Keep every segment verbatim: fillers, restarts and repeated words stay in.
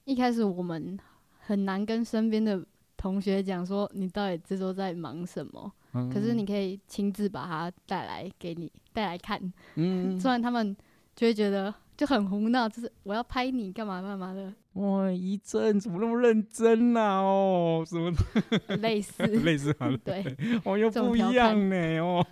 一开始我们很难跟身边的同学讲说你到底这周在忙什么、嗯、可是你可以亲自把它带来给你带来看，嗯，虽然他们就会觉得就很胡闹，就是我要拍你干嘛干嘛的。 哇，怡珍怎么那么认真啊？哦，什么类似类似啊， 对， 哦又不一样呢哦。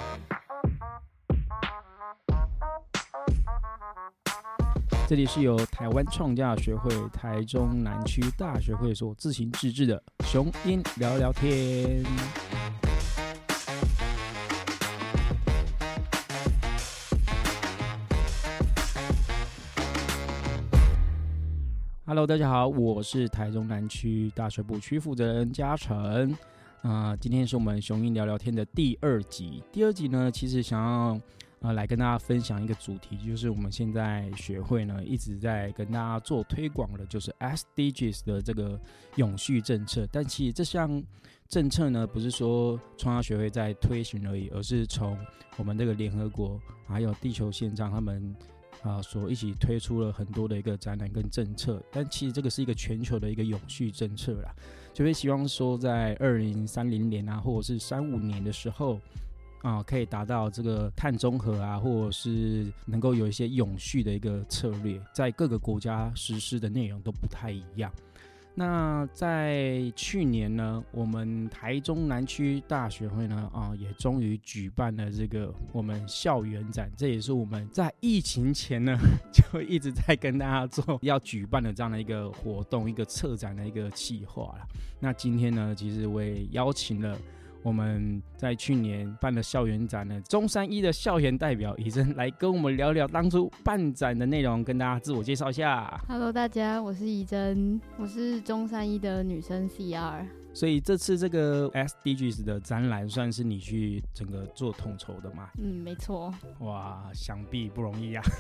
这里是由台湾创价学会台中南区大学会所自行自制的雄鹰聊聊天。Hello， 大家好，我是台中南区大学部区负责人嘉诚。呃，今天是我们雄鹰聊聊天的第二集。第二集呢，其实想要呃来跟大家分享一个主题，就是我们现在学会呢一直在跟大家做推广的，就是 S D Gs 的这个永续政策。但其实这项政策呢，不是说创价学会在推行而已，而是从我们这个联合国还有地球宪章他们啊，所一起推出了很多的一个展览跟政策，但其实这个是一个全球的一个永续政策啦，就会希望说在二零三零年啊，或者是三五年的时候啊，可以达到这个碳中和啊，或者是能够有一些永续的一个策略，在各个国家实施的内容都不太一样。那在去年呢，我们台中南区大学会呢，啊，也终于举办了这个我们校园展，这也是我们在疫情前呢就一直在跟大家做要举办的这样的一个活动，一个策展的一个企划啦。那今天呢，其实我也邀请了我们在去年办的校园展呢，中山一的校园代表怡珍来跟我们聊聊当初办展的内容，跟大家自我介绍一下。 Hello， 大家，我是怡珍，我是中山一的女生 C R。 所以这次这个 S D Gs 的展览算是你去整个做统筹的吗？ 嗯，没错。 哇，想必不容易啊。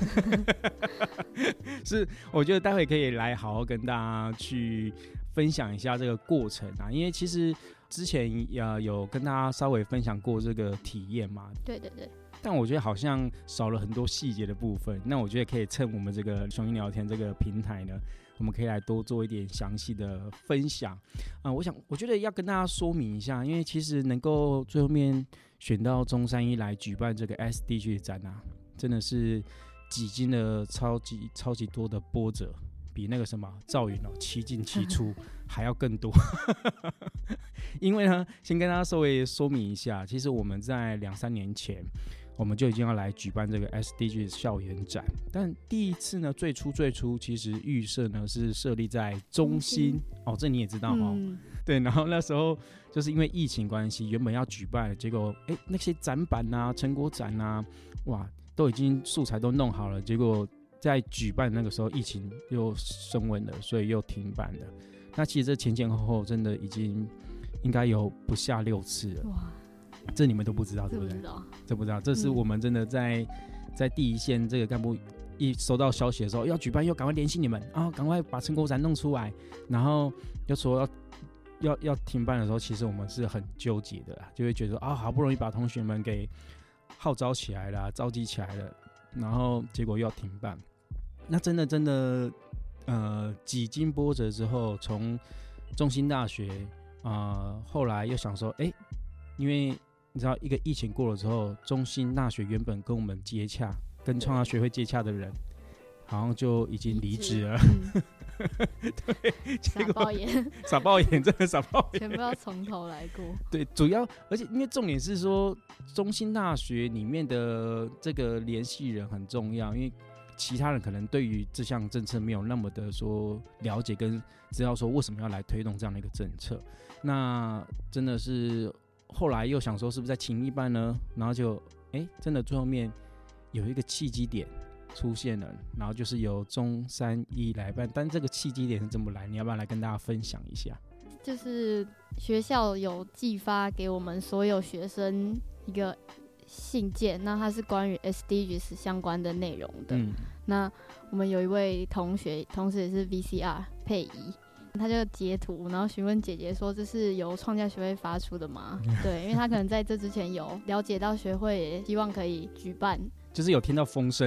是，我觉得待会可以来好好跟大家去分享一下这个过程啊，因为其实之前、呃、有跟大家稍微分享过这个体验嘛。 对对对。 但我觉得好像少了很多细节的部分，那我觉得可以趁我们这个雄鹰聊天这个平台呢，我们可以来多做一点详细的分享。呃、我想我觉得要跟大家说明一下，因为其实能够最后面选到中山一来举办这个 S D G 展啊，真的是几经了超级超级多的波折，比那个什么赵云哦七进七出还要更多。因为呢，先跟大家稍微说明一下，其实我们在两三年前我们就已经要来举办这个 S D G 校园展，但第一次呢，最初最初其实预设呢是设立在中心哦，这你也知道哦、嗯，对，然后那时候就是因为疫情关系，原本要举办，结果哎那些展板啊、成果展啊，哇，都已经素材都弄好了，结果在举办那个时候疫情又升温了，所以又停办了。那其实这前前后后真的已经应该有不下六次了。哇，这你们都不知道对不对？ 这不知道， 这不知道，这是我们真的在、嗯、在第一线这个干部一收到消息的时候要举办，又赶快联系你们啊，赶快把成果展弄出来，然后又说要要要停办的时候，其实我们是很纠结的啦，就会觉得啊，好不容易把同学们给号召起来了，召集起来了，然后结果又要停办，那真的真的呃几经波折之后，从中兴大学呃后来又想说，哎，因为你知道一个疫情过了之后，中兴大学原本跟我们接洽，跟创价学会接洽的人，好像就已经离职了。嗯、对， 傻爆眼， 傻爆眼，真的傻爆眼， 全部要从头来过。 对，主要而且因为重点是说，中兴大学里面的这个联系人很重要，因为其他人可能对于这项政策没有那么的说了解，跟知道说为什么要来推动这样的一个政策。那真的是后来又想说是不是在请一办呢？然后就哎，真的最后面有一个契机点出现了，然后就是由中山一来办。但这个契机点是怎么来？你要不要来跟大家分享一下？ 就是学校有寄发给我们所有学生一个信件，那它是关于 S D Gs 相关的内容的、嗯、那我们有一位同学同时也是 V C R 佩仪，他就截图然后询问姐姐说这是由创价学会发出的吗？对，因为他可能在这之前有了解到学会也希望可以举办， 就是有听到风声啊，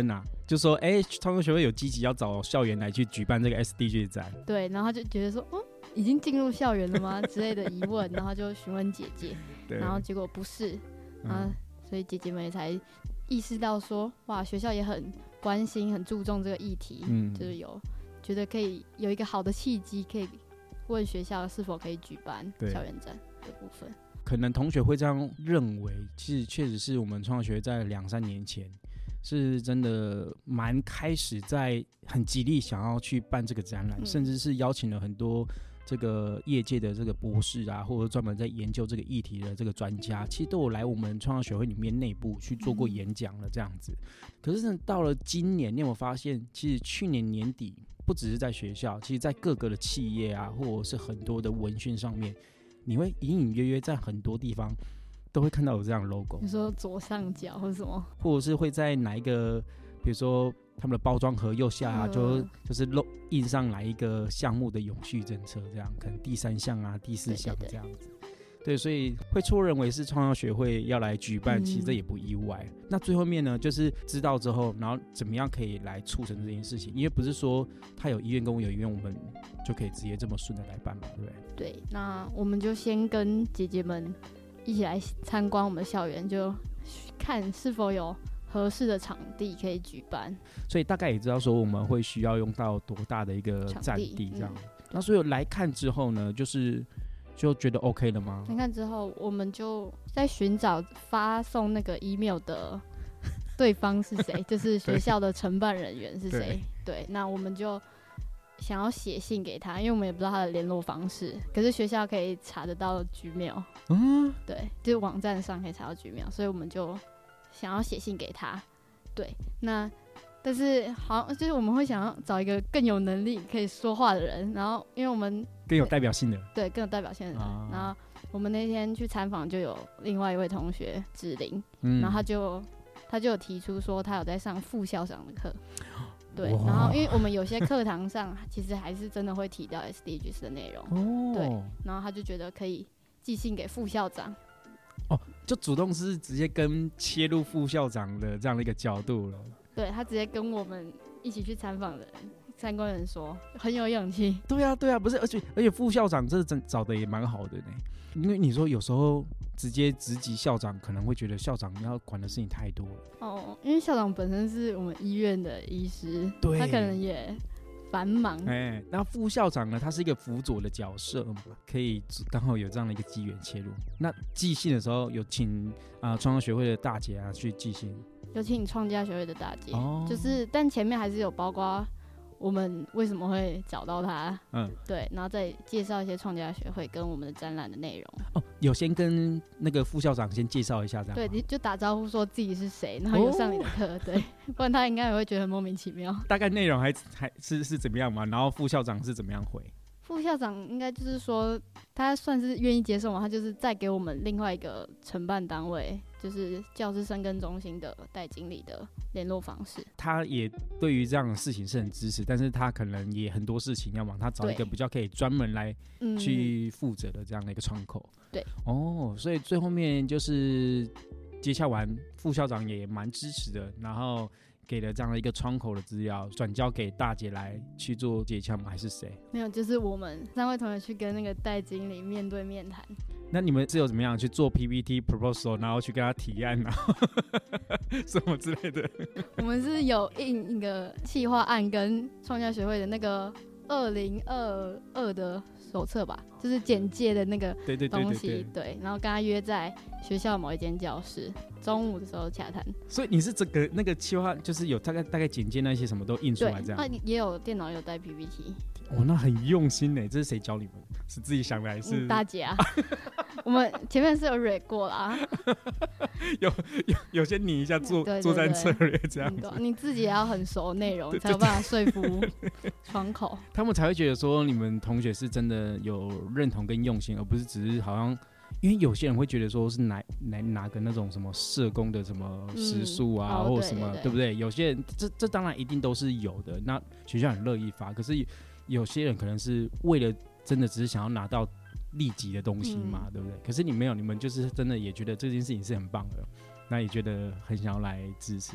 就说哎，创作学会有积极要找校园来去举办这个 S D G 展。 对，然后他就觉得说，嗯，已经进入校园了吗之类的疑问，然后就询问姐姐，然后结果不是，啊、嗯，所以姐姐们也才意识到说，哇，学校也很关心、很注重这个议题，嗯，就是有觉得可以有一个好的契机，可以问学校是否可以举办校园展的部分。 可能同学会这样认为，其实确实是我们创校学在两三年前是真的蛮开始在很极力想要去办这个展览，嗯、甚至是邀请了很多这个业界的这个博士啊，或者专门在研究这个议题的这个专家，其实都有来我们创校学会里面内部去做过演讲了这样子。可是到了今年，你有没有发现，其实去年年底不只是在学校，其实在各个的企业啊，或者是很多的文宣上面，你会隐隐约约在很多地方都会看到有这样的 logo。 你说左上角或者什么， 或者是会在哪一个，比如说他们的包装盒右下、啊嗯、就就是印上来一个项目的永续政策，这样可能第三项啊、第四项这样子。对, 对, 对, 对，所以会错认为是创校学会要来举办，嗯、其实这也不意外。那最后面呢，就是知道之后，然后怎么样可以来促成这件事情？因为不是说他有意愿跟我有意愿，我们就可以直接这么顺的来办嘛，对不对？ 对，那我们就先跟姐姐们一起来参观我们的校园，就看是否有合适的场地可以举办。 所以大概也知道说我们会需要用到多大的一个占地这样。嗯、那所以来看之后呢，就是就觉得 OK 了吗？ 来看之后，我们就在寻找发送那个 email 的对方是谁，就是学校的承办人员是谁。对，那我们就想要写信给他，因为我们也不知道他的联络方式，可是学校可以查得到 Gmail， 嗯，对，就是网站上可以查到 Gmail， 所以我们就想要写信给他。对，那但是好像就是我们会想要找一个更有能力可以说话的人，然后因为我们更有代表性的人， 对，更有代表性的人。啊、然后我们那天去参访就有另外一位同学芷玲，嗯、然后他就他就有提出说他有在上副校长的课。对，然后因为我们有些课堂上其实还是真的会提到 S D Gs 的内容，哦、对，然后他就觉得可以寄信给副校长， 哦，就主动是直接跟切入副校长的这样的一个角度了。 对，他直接跟我们一起去参访的人、参观人说，很有勇气。 对啊，对啊，不是，而且而且副校长这真找的也蛮好的呢，因为你说有时候直接直击校长，可能会觉得校长要管的事情太多了。哦， 因为校长本身是我们医院的医师，对，他可能也繁忙。 哎、欸，那副校长呢，他是一个辅佐的角色嘛，可以刚好有这样的一个机缘切入。那寄信的时候，有请啊创校学会的大姐啊去寄信， 有请创家学会的大姐，哦、就是但前面还是有包括我们为什么会找到他，嗯，对，然后再介绍一些创家学会跟我们的展览的内容。 哦，有先跟那个副校长先介绍一下，这样对，就打招呼说自己是谁，然后有上你的课，哦、对，不然他应该也会觉得很莫名其妙。 大概内容还还是是怎么样嘛？然后副校长是怎么样回？ 副校长应该就是说，他算是愿意接受嘛，他就是再给我们另外一个承办单位，就是教师生耕中心的戴经理的联络方式。 他也对于这样的事情是很支持，但是他可能也很多事情要忙，他找一个比较可以专门来去负责的这样的一个窗口。 对， 哦，所以最后面就是接洽完，副校长也蛮支持的，然后给了这样的一个窗口的资料，转交给大姐来去做接洽吗？还是谁？ 没有，就是我们三位同学去跟那个戴经理面对面谈。 那你们是有怎么样去做 P P T proposal， 然后去跟他提案啊，什么之类的？ 我们是有印一个企划案跟创家学会的那个二零二二的手册吧，就是简介的那个东西。对对对对对。对，然后跟他约在学校某一间教室，中午的时候洽谈。 所以你是这个那个企划，就是有大概大概简介那些什么都印出来这样。 对，啊，也有电脑也有带 P P T。 哦，那很用心呢。这是谁教你们？是自己想的还是？ 嗯、大姐啊，我们前面是有 read 过啦。 有有有些拟一下作作战策略这样子、 嗯，你自己也要很熟内容，才有办法说服窗口。 他们才会觉得说你们同学是真的有认同跟用心，而不是只是好像。因为有些人会觉得说是拿拿拿个那种什么社工的什么时数啊、嗯哦、或什么 对, 对, 对, 对不对？有些人这这当然一定都是有的，那学校很乐意发。可是有些人可能是为了真的只是想要拿到立即的东西嘛、嗯、对不对？可是你没有，你们就是真的也觉得这件事情是很棒的，那也觉得很想要来支持。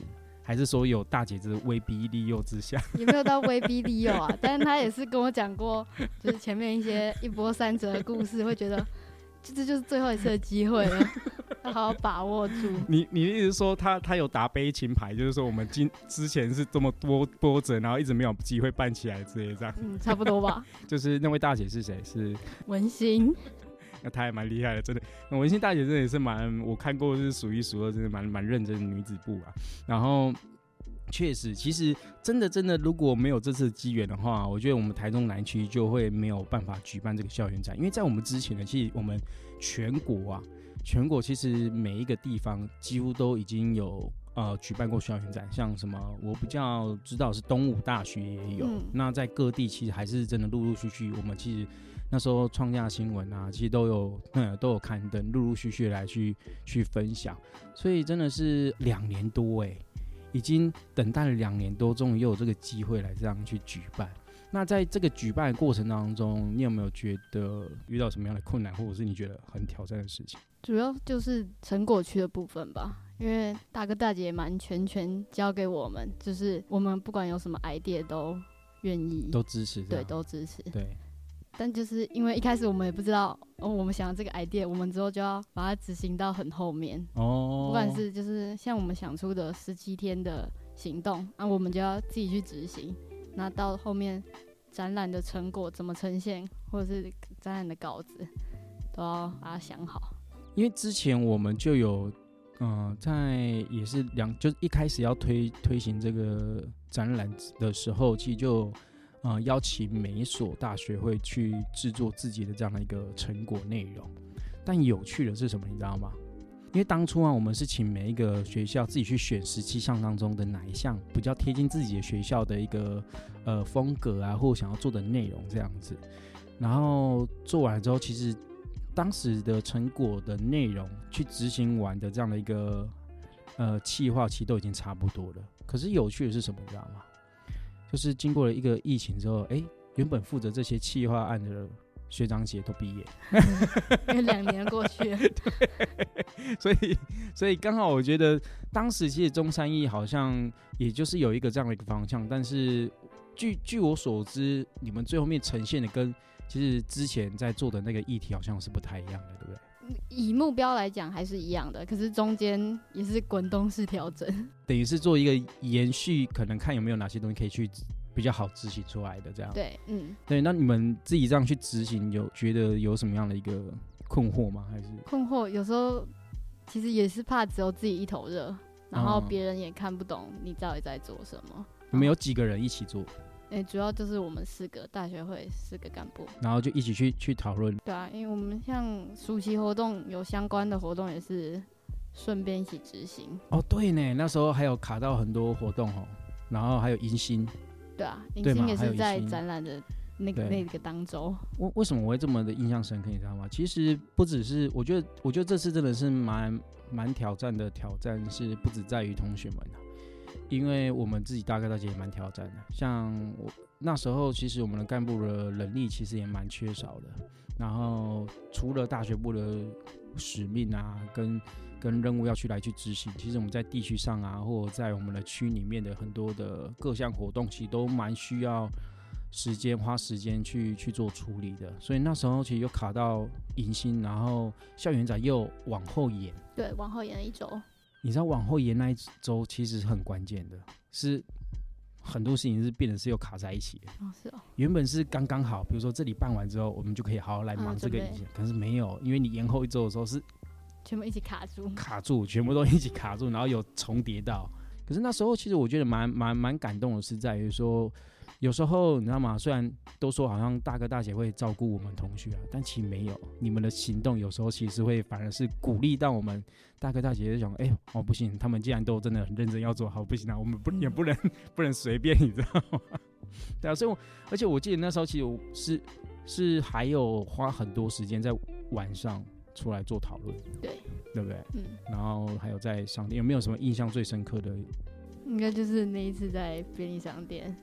还是说有大姐这威逼利诱之下？ 也没有到威逼利诱啊，但是他也是跟我讲过，就是前面一些一波三折的故事，会觉得这就是最后一次的机会了，要好好把握住。 你你的意思是说他他有打悲情牌，就是说我们今之前是这么多波折，然后一直没有机会办起来之类的这样？ 嗯，差不多吧。 就是那位大姐是谁？是文心。 那她还蛮厉害的，真的。文心大姐真的也是蛮，我看过是数一数二，真的蛮蛮认真的女子部啊。然后确实，其实真的真的，如果没有这次的机缘的话，我觉得我们台中南区就会没有办法举办这个校园展，因为在我们之前呢，其实我们全国啊，全国其实每一个地方几乎都已经有。呃，举办过校园展，像什么我比较知道是东吴大学也有、嗯，那在各地其实还是真的陆陆续续，我们其实那时候创价新闻啊，其实都有、嗯、都有刊登，陆陆续续来去去分享，所以真的是两年多哎，已经等待了两年多，终于又有这个机会来这样去举办。那在这个举办的过程当中，你有没有觉得遇到什么样的困难，或者是你觉得很挑战的事情？ 主要就是成果区的部分吧。因为大哥大姐蛮全权交给我们，就是我们不管有什么 idea 都愿意， 都支持， 对，都支持， 对。 但就是因为一开始我们也不知道，哦，我们想的这个 idea， 我们之后就要把它执行到很后面。哦。不管是就是像我们想出的十七天的行动，那、啊、我们就要自己去执行。那到后面展览的成果怎么呈现，或者是展览的稿子，都要把它想好。 因为之前我们就有。嗯、呃，在也是两，就是一开始要推推行这个展览的时候，其实就呃邀请每一所大学会去制作自己的这样的一个成果内容。但有趣的是什么，你知道吗？因为当初啊，我们是请每一个学校自己去选十七项当中的哪一项比较贴近自己的学校的一个呃风格啊，或想要做的内容这样子。然后做完了之后，其实。当时的成果的内容去执行完的这样的一个呃企划，其实都已经差不多了。可是有趣的是什么，你知道吗？就是经过了一个疫情之后，哎，原本负责这些企划案的学长姐都毕业， 因为两年过去了。 对，所以所以刚好我觉得当时其实中山一好像也就是有一个这样的一个方向，但是据据我所知，你们最后面呈现的跟其实之前在做的那个议题好像是不太一样的，对不对？ 以目标来讲还是一样的，可是中间也是滚动式调整， 等于是做一个延续，可能看有没有哪些东西可以去比较好执行出来的这样。 对，嗯， 对。那你们自己这样去执行，有觉得有什么样的一个困惑吗？还是困惑？有时候其实也是怕只有自己一头热，然后别人也看不懂你到底在做什么。 你们有几个人一起做？ 欸、主要就是我们四个大学会四个干部， 然后就一起去去讨论。 对啊，因为我们像暑期活动有相关的活动也是顺便一起执行。 哦，对呢，那时候还有卡到很多活动哦，然后还有迎新。 对啊，迎新也是在展览的那个那个当周。 为为什么我会这么的印象深刻，你知道吗？其实不只是，我觉得我觉得这次真的是蛮蛮挑战的挑战，是不只在于同学们啊。因为我们自己大哥大姐也蛮挑战的，像我那时候，其实我们的干部的人力其实也蛮缺少的。然后除了大学部的使命啊，跟跟任务要去来去执行，其实我们在地区上啊，或者在我们的区里面的很多的各项活动，其实都蛮需要时间花时间去去做处理的。所以那时候其实又卡到迎新，然后校园展又往后延， 对，往后延了一周。 你知道往后延那一周其实是很关键的，是很多事情是变得是又卡在一起的。 哦，是哦。 原本是刚刚好，比如说这里办完之后，我们就可以好好来忙这个影片、嗯，可是没有，因为你延后一周的时候是全部一起卡住， 卡住，全部都一起卡住，然后有重叠到。可是那时候其实我觉得蛮蛮蛮感动的是在于说，有时候你知道吗？虽然都说好像大哥大姐会照顾我们同学啊，但其实没有。你们的行动有时候其实会反而是鼓励到我们大哥大姐，就想，哎、欸，哦不行，他们既然都真的很认真要做好，不行啊，我们不也不能不能随便，你知道吗？对啊，所以我而且我记得那时候其实我是是还有花很多时间在晚上出来做讨论， 对对不对？ 嗯。 然后还有在商店，有没有什么印象最深刻的？ 应该就是那一次在便利商店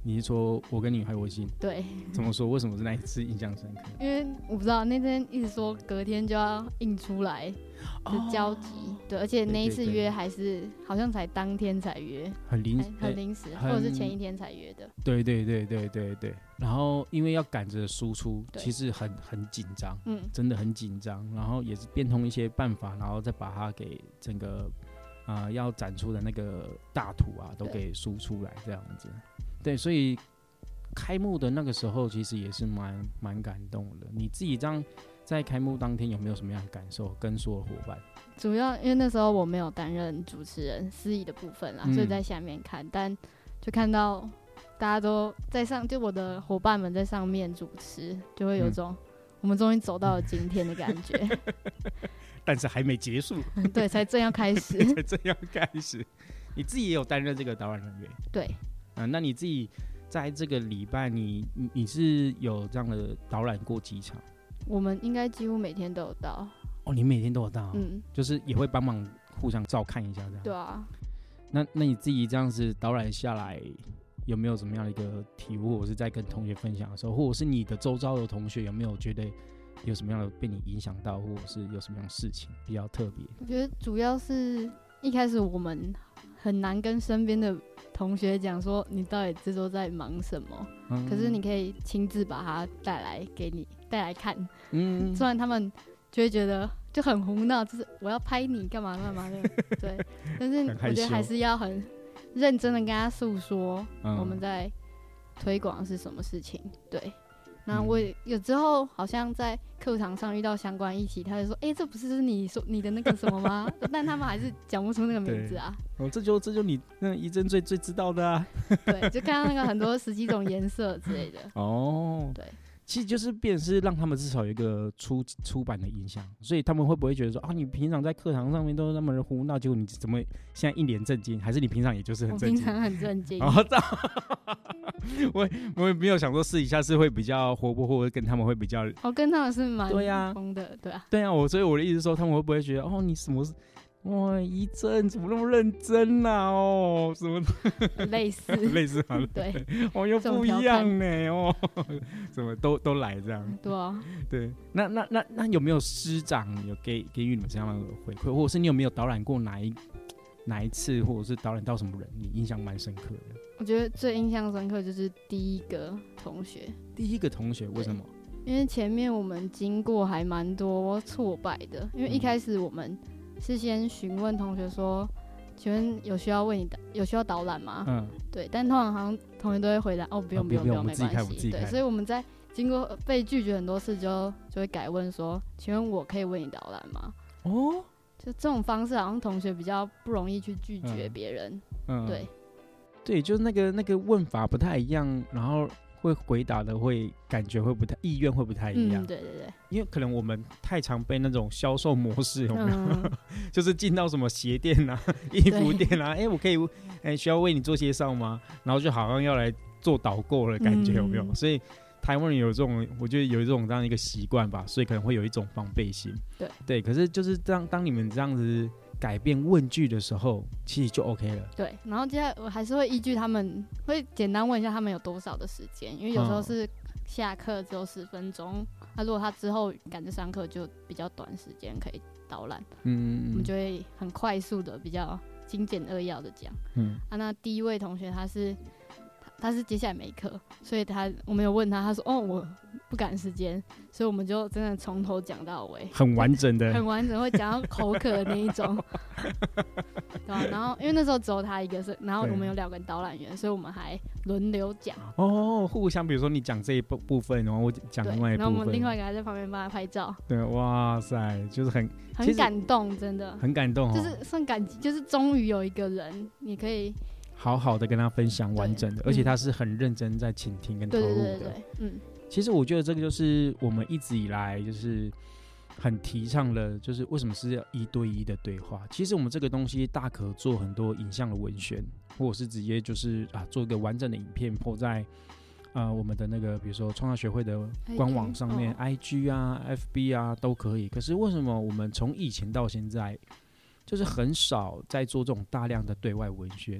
你是说我跟你还有微信？ 对。 怎么说？为什么是那一次印象深刻？ 因为我不知道那天一直说隔天就要印出来的交集，哦、对，而且那一次约还是好像才当天才约，很临很临时，或者是前一天才约的。 对对对对对对。然后因为要赶着输出，其实很很紧张，嗯，真的很紧张。然后也是变通一些办法，然后再把它给整个啊、呃、要展出的那个大图啊都给输出来，这样子。对，所以开幕的那个时候，其实也是蛮蛮感动的。你自己这样在开幕当天有没有什么样的感受？跟所有伙伴？ 主要因为那时候我没有担任主持人司仪的部分啦、嗯，所以在下面看，但就看到大家都在上，就我的伙伴们在上面主持，就会有种、嗯、我们终于走到了今天的感觉。 但是还没结束， 对，才正要开始， 才正要开始。你自己也有担任这个导览人员， 对。 啊，那你自己在这个礼拜你，你你是有这样的导览过几场？ 我们应该几乎每天都有到。 哦，你每天都有到，嗯，就是也会帮忙互相照看一下这样。 对啊。 那那你自己这样子导览下来，有没有什么样的一个体悟？或者是在跟同学分享的时候，或者是你的周遭的同学有没有觉得有什么样的被你影响到，或者是有什么样的事情比较特别？ 我觉得主要是一开始我们很难跟身边的同学讲说你到底这周在忙什么、嗯，可是你可以亲自把它带来给你带来看，嗯，虽然他们就会觉得就很胡闹，就是我要拍你干嘛干嘛的，对，但是我觉得还是要很认真的跟他诉说我们在推广是什么事情，对。那我有之后好像在课堂上遇到相关议题，他就说：“哎、欸，这不是你说你的那个什么吗？”但他们还是讲不出那个名字啊。 哦，这就这就你那怡珍最最知道的啊。 对，就看到那个很多十几种颜色之类的。哦，对， 其实就是变成是让他们至少有一个出出版的印象，所以他们会不会觉得说啊，你平常在课堂上面都那么的胡闹，结果你怎么现在一脸正经？还是你平常也就是很正经？ 我平常很正经。 哦，我我也没有想说私底下是会比较活泼，或者跟他们会比较， 我、哦、跟他们是蛮疯的，对啊， 对啊，我所以我的意思是说，他们会不会觉得哦，你什么哇，怡珍怎么那么认真啊？哦，什么类似类似啊， 对， 哦又不一样呢，哦，怎么都都来这样， 对啊， 对，那那那那有没有师长有给给予你们这样的回馈，或者是你有没有导览过哪一哪一次，或者是导览到什么人，你印象蛮深刻的？ 我觉得最印象深刻就是第一个同学。 第一个同学为什么？ 因为前面我们经过还蛮多挫败的，因为一开始我们是先询问同学说：“请问有需要为你有需要导览吗？”嗯，对。但通常好像同学都会回答：“哦，不用、啊、不用不用，没关系。”对，所以我们在经过被拒绝很多次之后，就会改问说：“请问我可以为你导览吗？”哦。就这种方式，好像同学比较不容易去拒绝别人、嗯。对， 对，就是那个那个问法不太一样，然后会回答的会感觉会不太意愿会不太一样、 嗯。对对对， 因为可能我们太常被那种销售模式有没有？嗯、就是进到什么鞋店啊、衣服店啊，哎、欸，我可以哎、欸、需要为你做介绍吗？然后就好像要来做导购的感觉、嗯、有没有？所以。台湾人有这种，我觉得有这种这样一个习惯吧，所以可能会有一种防备心。 对对，可是就是当当你们这样子改变问句的时候，其实就 OK 了。 对，然后接下来我还是会依据他们，会简单问一下他们有多少的时间，因为有时候是下课只有十分钟，那、嗯啊、如果他之后赶着上课，就比较短时间可以导览。嗯，我们就会很快速的、比较精简扼要的讲。嗯，啊，那第一位同学他是。他是接下来没课，所以他我们有问他，他说：“哦，我不赶时间。”所以我们就真的从头讲到尾， 很完整的， 很完整，会讲到口渴的那一种，对吧、啊？然後因为那时候只有他一个，是然后我们有两个导览员，所以我们还轮流讲。 哦，互相，比如说你讲这一部分，然后我讲另外一部分， 然后我们另外一个还在旁边帮他拍照。 对，哇塞，就是很很感动，真的很感动、哦， 就是算感激，就是终于有一个人你可以。 好好的跟他分享完整的，而且他是很认真在倾听跟投入的。对对对对，嗯，其实我觉得这个就是我们一直以来就是很提倡的，就是为什么是要一对一的对话。其实我们这个东西大可做很多影像的文宣，或者是直接就是啊做一个完整的影片 po 在呃我们的那个比如说创造学会的官网上面 I G, 哦、I G 啊 F B 啊都可以。可是为什么我们从以前到现在就是很少在做这种大量的对外文宣？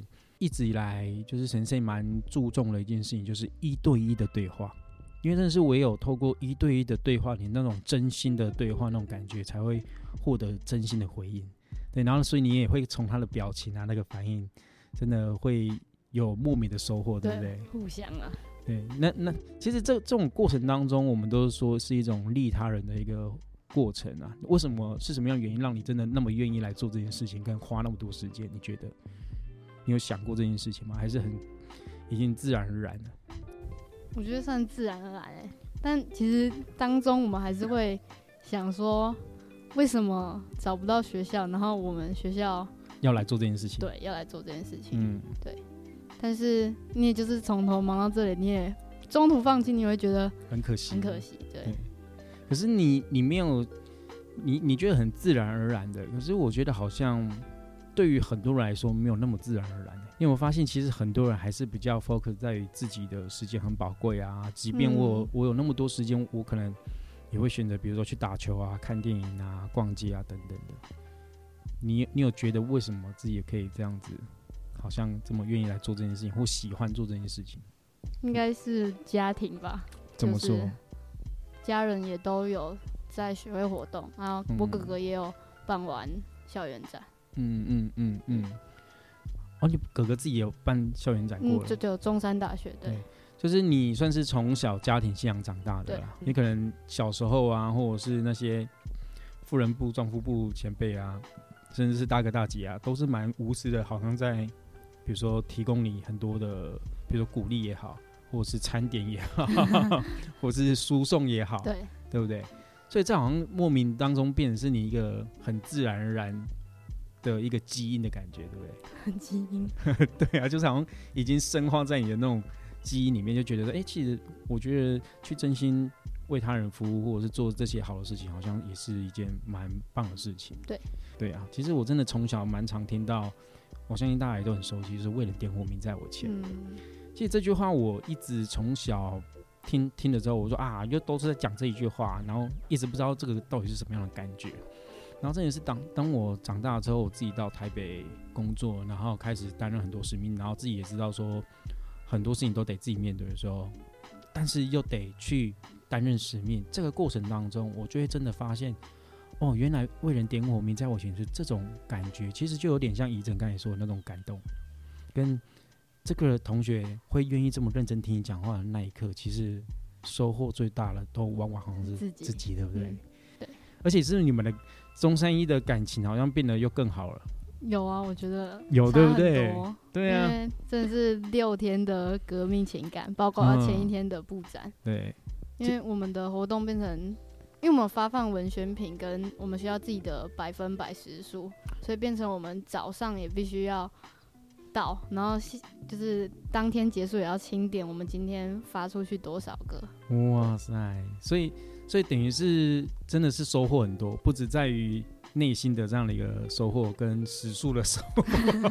一直以来就是神圣蛮注重的一件事情，就是一对一的对话。因为真的是唯有透过一对一的对话，你那种真心的对话那种感觉，才会获得真心的回应。对，然后所以你也会从他的表情啊那个反应，真的会有莫名的收获，对不对？ 互相啊。 对，那那其实这这种过程当中，我们都说是一种利他人的一个过程啊。为什么是什么样的原因让你真的那么愿意来做这件事情，跟花那么多时间？你觉得你有想过这件事情吗？还是很已经自然而然了？ 我觉得算自然而然欸，但其实当中我们还是会想说，为什么找不到学校，然后我们学校要来做这件事情？对， 要来做这件事情。 嗯，对。 但是你也就是从头忙到这里，你也中途放弃，你会觉得很可惜， 很可惜。对。 对，可是你你没有，你你觉得很自然而然的，可是我觉得好像对于很多人来说没有那么自然而然。因为我发现其实很多人还是比较 focus 在于自己的时间很宝贵啊，即便我有、嗯、我有那么多时间，我可能也会选择比如说去打球啊、看电影啊、逛街啊等等的。你你有觉得为什么自己也可以这样子，好像这么愿意来做这件事情，或喜欢做这件事情？ 应该是家庭吧。 怎么说？就是、 家人也都有在学会活动，然后我哥哥也有办完校园展。嗯嗯嗯嗯。 哦，你哥哥自己也有办校园展过了？ 嗯，就就中山大学。 对, 对， 就是你算是从小家庭信仰长大的啦。嗯、你可能小时候啊，或者是那些妇人部、壮妇部前辈啊，甚至是大哥大姐啊，都是蛮无私的，好像在比如说提供你很多的，比如说鼓励也好，或者是餐点也好，或者是输送也好， 对， 对不对？所以这好像莫名当中变成是你一个很自然而然的一个基因的感觉，对不对？基因。 对啊，就是好像已经深化在你的那种基因里面，就觉得说，哎、欸，其实我觉得去真心为他人服务，或者是做这些好的事情，好像也是一件蛮棒的事情。 对， 对啊，其实我真的从小蛮常听到，我相信大家也都很熟悉，就是为了点火名在我前。嗯，其实这句话我一直从小听听了之后，我说啊，就都是在讲这一句话，然后一直不知道这个到底是什么样的感觉。然后这也是当当我长大之后，我自己到台北工作，然后开始担任很多使命，然后自己也知道说很多事情都得自己面对的时候，但是又得去担任使命。这个过程当中，我就会真的发现，哦，原来为人点火名在我前是这种感觉，其实就有点像怡珍刚才说的那种感动，跟这个同学会愿意这么认真听你讲话的那一刻，其实收获最大的都往往好像是自己，自己对不对？嗯， 对。 而且是你们的中山一的感情好像变得又更好了。 有啊，我觉得有，对不对？对啊， 因为真的是六天的革命情感，包括前一天的布展。嗯， 对， 因为我们的活动变成，因为我们发放文宣品跟我们学校自己的百分百时数，所以变成我们早上也必须要到，然后就是当天结束也要清点我们今天发出去多少个。 哇塞，所以所以等于是真的是收获很多，不只在于内心的这样的一个收获跟时数的收获。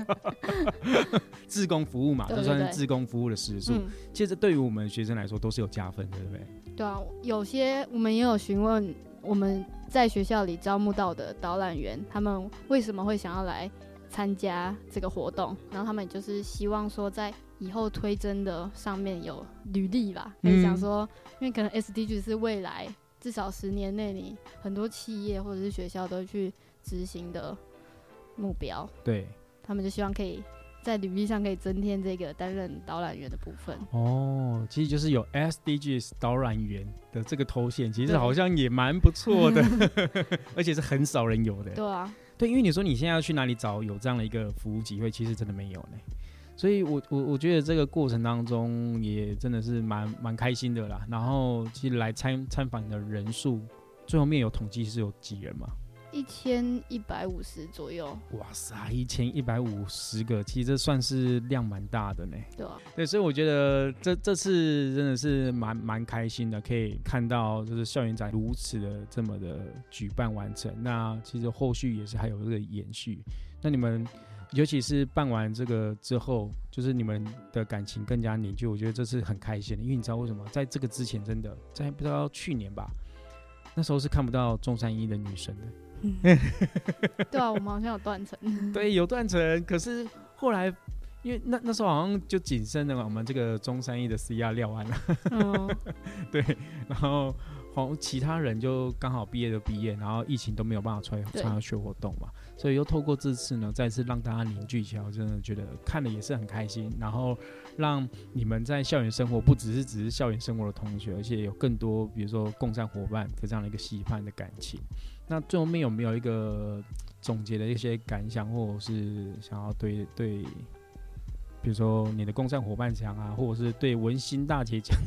志工服务嘛，这算是志工服务的时数，嗯，其实对于我们学生来说都是有加分的，对不对？ 对啊，有些我们也有询问我们在学校里招募到的导览员，他们为什么会想要来参加这个活动，然后他们就是希望说在以后推甄的上面有履历吧，可以想说，嗯，因为可能 S D G 是未来至少十年内你很多企业或者是学校都会去执行的目标， 对， 他们就希望可以在履历上可以增添这个担任导览员的部分。 哦，其实就是有 S D Gs 导览员的这个头衔，其实好像也蛮不错的，而且是很少人有的。 对啊， 对，因为你说你现在要去哪里找有这样的一个服务机会，其实真的没有呢。所以我我我觉得这个过程当中也真的是蛮蛮开心的啦。然后其实来参参访的人数，最后面有统计是有几人吗？ 一千一百五十左右。 哇塞，一千一百五十个，其实这算是量蛮大的呢。 对啊， 对，所以我觉得这这次真的是蛮蛮开心的，可以看到就是校园展如此的这么的举办完成。那其实后续也是还有这个延续。那你们尤其是办完这个之后，就是你们的感情更加凝聚，我觉得这是很开心的。因为你知道为什么？在这个之前，真的在不知道去年吧，那时候是看不到中山一的女生的。 对啊，我们好像有断层。 对，有断层。可是后来因为那那时候好像就仅剩了我们这个中山一的 C R 廖安了，嗯、对，然后好像其他人就刚好毕业就毕业，然后疫情都没有办法出来参加学活动嘛，所以又透过这次呢，再次让大家凝聚起来，我真的觉得看了也是很开心，然后让你们在校园生活不只是只是校园生活的同学，而且有更多比如说共战伙伴的这样的一个羁绊的感情。那最后面有没有一个总结的一些感想，或者是想要对对？比如说你的共战伙伴讲啊，或者是对文心大姐讲，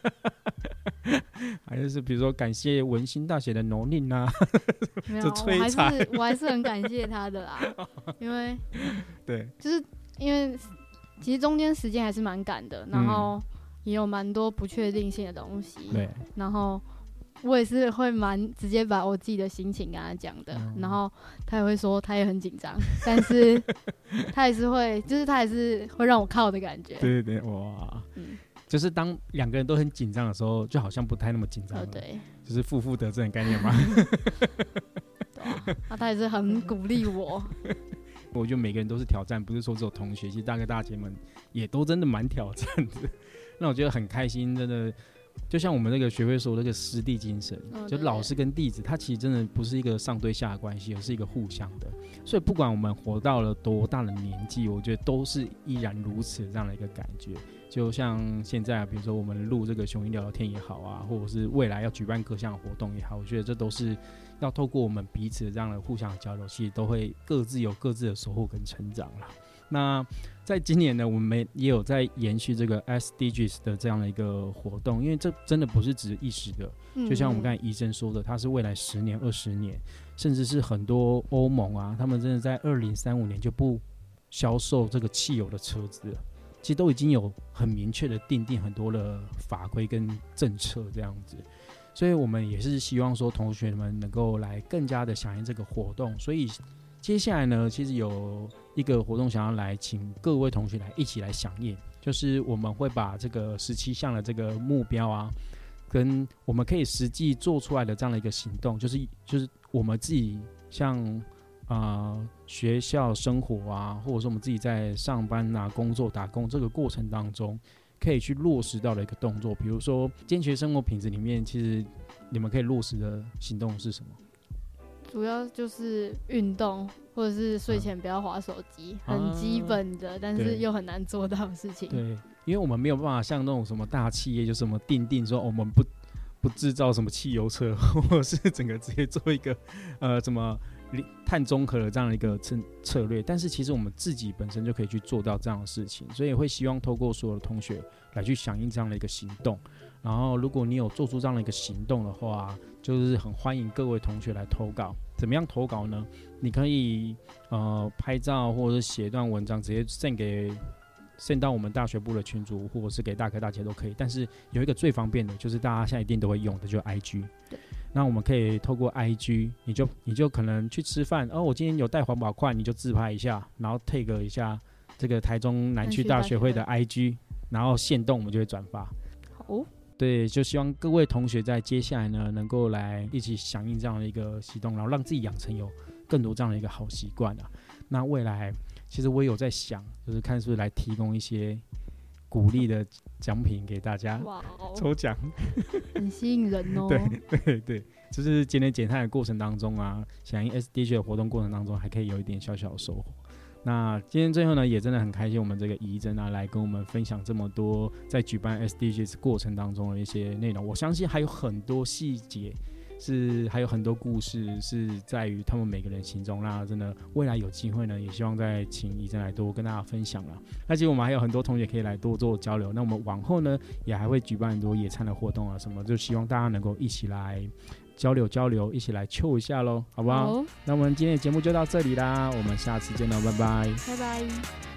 还是比如说感谢文心大姐的努力啊， 没有，我还是我还是很感谢她的啦，因为对， 就是因为其实中间时间还是蛮赶的，然后也有蛮多不确定性的东西，对，然后我也是会蛮直接把我自己的心情跟他讲的、嗯，然后他也会说他也很紧张，但是他也是会，就是他也是会让我靠的感觉。对对对，哇，嗯， 就是当两个人都很紧张的时候，就好像不太那么紧张了、哦，对，就是负负得正的概念嘛。 对啊，那他也是很鼓励我。 我觉得每个人都是挑战，不是说只有同学，其实大哥大姐们也都真的蛮挑战的。那我觉得很开心，真的。就像我们那个学会说那个师弟精神、哦、就老师跟弟子他其实真的不是一个上对下的关系，而是一个互相的，所以不管我们活到了多大的年纪，我觉得都是依然如此这样的一个感觉。就像现在比如说我们录这个雄鹰聊聊天也好啊，或者是未来要举办各项活动也好，我觉得这都是要透过我们彼此的这样的互相的交流，其实都会各自有各自的收获跟成长啦。那在今年呢，我们也有在延续这个 S D Gs 的这样的一个活动，因为这真的不是只一时的，就像我们刚才医生说的，它是未来十年、二十年，甚至是很多欧盟啊，他们真的在二零三五年就不销售这个汽油的车子了，其实都已经有很明确的定定很多的法规跟政策这样子。所以我们也是希望说同学们能够来更加的响应这个活动，所以接下来呢，其实有一个活动想要来请各位同学来一起来响应，就是我们会把这个十七项的这个目标啊，跟我们可以实际做出来的这样的一个行动，就是就是我们自己像呃学校生活啊，或者是我们自己在上班啊、工作、打工这个过程当中，可以去落实到的一个动作。比如说健全生活品质里面，其实你们可以落实的行动是什么？ 主要就是运动，或者是睡前不要滑手机、啊，很基本的，但是又很难做到的事情。 对，因为我们没有办法像那种什么大企业，就什么定定说、哦、我们不不制造什么汽油车，或者是整个直接做一个呃什么碳中和的这样的一个策略，但是其实我们自己本身就可以去做到这样的事情，所以会希望透过所有的同学来去响应这样的一个行动。然后如果你有做出这样的一个行动的话，就是很欢迎各位同学来投稿。怎么样投稿呢？你可以呃拍照或者是写一段文章，直接 send 给 send 到我们大学部的群组，或者是给大哥大姐都可以。但是有一个最方便的，就是大家现在一定都会用的，就是 I G。那我们可以透过 I G， 你就你就可能去吃饭，哦，我今天有带环保筷，你就自拍一下，然后 tag 一下这个台中南区大学会的 I G， 然后限动我们就会转发。 好。 对，就希望各位同学在接下来呢，能够来一起响应这样的一个行动，然后让自己养成有更多这样的一个好习惯啊。那未来其实我也有在想，就是看是不是来提供一些鼓励的奖品给大家，哇哦，抽奖， 很吸引人哦。 对对对，就是节能减碳的过程当中啊，响应 S D G 的活动过程当中，还可以有一点小小的收获。那今天最后呢，也真的很开心，我们这个怡珍啊来跟我们分享这么多在举办 S D Gs 过程当中的一些内容。我相信还有很多细节，是还有很多故事是在于他们每个人心中。那真的未来有机会呢，也希望再请怡珍来多跟大家分享了。那其实我们还有很多同学可以来多做交流。那我们往后呢，也还会举办很多野餐的活动啊什么，就希望大家能够一起来交流交流，一起来秋一下咯，好不好？好，那我们今天的节目就到这里啦，我们下次见了，拜拜， 拜拜。